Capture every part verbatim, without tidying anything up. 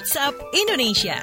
WhatsApp Indonesia.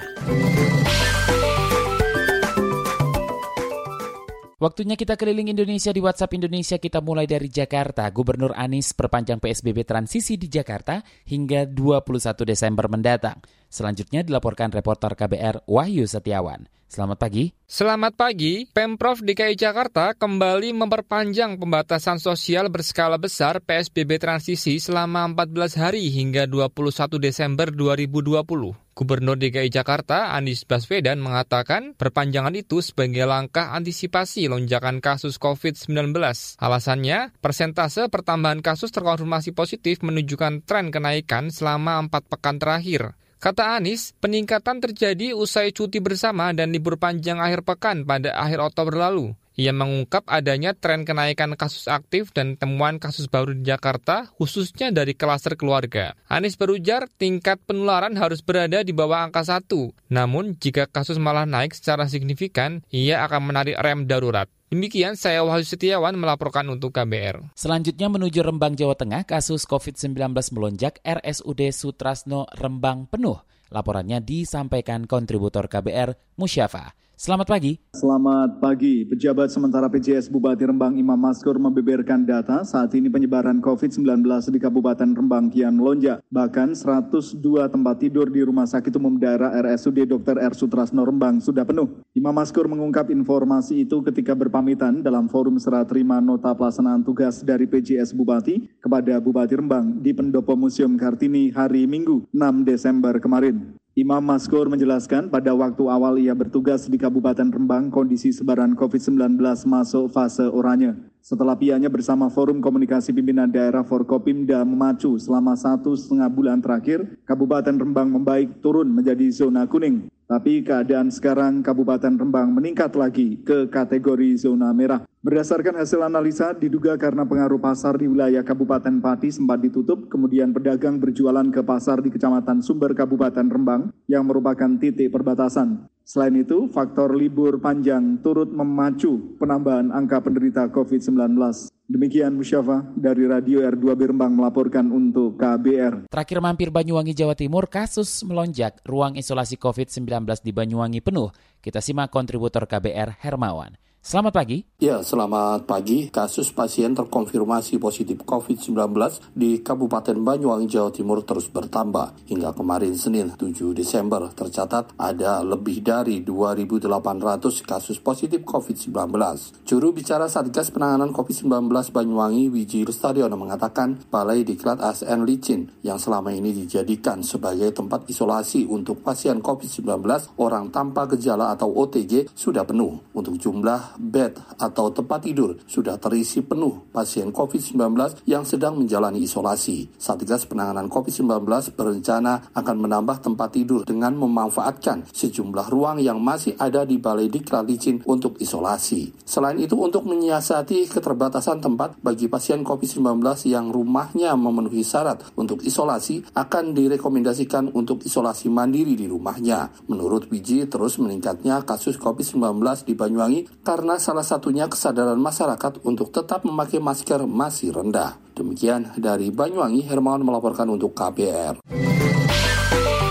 Waktunya kita keliling Indonesia di WhatsApp Indonesia. Kita mulai dari Jakarta. Gubernur Anies perpanjang P S B B transisi di Jakarta hingga dua puluh satu Desember mendatang. Selanjutnya dilaporkan reporter K B R Wahyu Setiawan. Selamat pagi. Selamat pagi. Pemprov D K I Jakarta kembali memperpanjang pembatasan sosial berskala besar P S B B transisi selama empat belas hari hingga dua puluh satu Desember dua ribu dua puluh. Gubernur D K I Jakarta Anies Baswedan mengatakan perpanjangan itu sebagai langkah antisipasi lonjakan kasus covid sembilan belas. Alasannya, persentase pertambahan kasus terkonfirmasi positif menunjukkan tren kenaikan selama empat pekan terakhir. Kata Anies, peningkatan terjadi usai cuti bersama dan libur panjang akhir pekan pada akhir Oktober lalu. Ia mengungkap adanya tren kenaikan kasus aktif dan temuan kasus baru di Jakarta, khususnya dari klaster keluarga. Anies berujar tingkat penularan harus berada di bawah angka satu. Namun, jika kasus malah naik secara signifikan, ia akan menarik rem darurat. Demikian saya Wahyu Setiawan melaporkan untuk K B R. Selanjutnya menuju Rembang, Jawa Tengah, kasus covid sembilan belas melonjak, R S U D Sutrasno Rembang penuh. Laporannya disampaikan kontributor K B R, Musyafa. Selamat pagi. Selamat pagi. Pejabat sementara P J S Bupati Rembang Imam Maskur membeberkan data saat ini penyebaran covid sembilan belas di Kabupaten Rembang kian melonjak. Bahkan seratus dua tempat tidur di Rumah Sakit Umum Daerah R S U D Dokter R. Sutrasno Rembang sudah penuh. Imam Maskur mengungkap informasi itu ketika berpamitan dalam forum serah terima nota pelaksanaan tugas dari P J S Bupati kepada Bupati Rembang di Pendopo Museum Kartini hari Minggu enam Desember kemarin. Imam Maskur menjelaskan pada waktu awal ia bertugas di Kabupaten Rembang, kondisi sebaran covid sembilan belas masuk fase oranye. Setelah pihaknya bersama Forum Komunikasi Pimpinan Daerah Forkopimda memacu selama satu setengah bulan terakhir, Kabupaten Rembang membaik turun menjadi zona kuning. Tapi keadaan sekarang Kabupaten Rembang meningkat lagi ke kategori zona merah. Berdasarkan hasil analisa, diduga karena pengaruh pasar di wilayah Kabupaten Pati sempat ditutup, kemudian pedagang berjualan ke pasar di Kecamatan Sumber Kabupaten Rembang yang merupakan titik perbatasan. Selain itu, faktor libur panjang turut memacu penambahan angka penderita covid sembilan belas. Demikian Musyafa dari Radio R dua B Rembang melaporkan untuk K B R. Terakhir mampir Banyuwangi, Jawa Timur, kasus melonjak, ruang isolasi covid sembilan belas di Banyuwangi penuh. Kita simak kontributor K B R Hermawan. Selamat pagi. Ya, selamat pagi. Kasus pasien terkonfirmasi positif covid sembilan belas di Kabupaten Banyuwangi, Jawa Timur terus bertambah. Hingga kemarin Senin tujuh Desember tercatat ada lebih dari dua ribu delapan ratus kasus positif covid sembilan belas. Juru bicara Satgas Penanganan covid sembilan belas Banyuwangi, Wiji Rustadiono mengatakan Balai Diklat A S N Licin yang selama ini dijadikan sebagai tempat isolasi untuk pasien covid sembilan belas orang tanpa gejala atau O T G sudah penuh. Untuk jumlah bed atau tempat tidur sudah terisi penuh pasien covid sembilan belas yang sedang menjalani isolasi. Satgas Penanganan covid sembilan belas berencana akan menambah tempat tidur dengan memanfaatkan sejumlah ruang yang masih ada di Balai Diklat Licin untuk isolasi. Selain itu, untuk menyiasati keterbatasan tempat bagi pasien covid sembilan belas yang rumahnya memenuhi syarat untuk isolasi, akan direkomendasikan untuk isolasi mandiri di rumahnya. Menurut Wiji, terus meningkatnya kasus covid sembilan belas di Banyuwangi karena karena salah satunya kesadaran masyarakat untuk tetap memakai masker masih rendah. Demikian dari Banyuwangi, Hermawan melaporkan untuk K B R.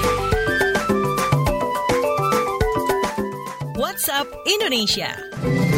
WhatsApp Indonesia.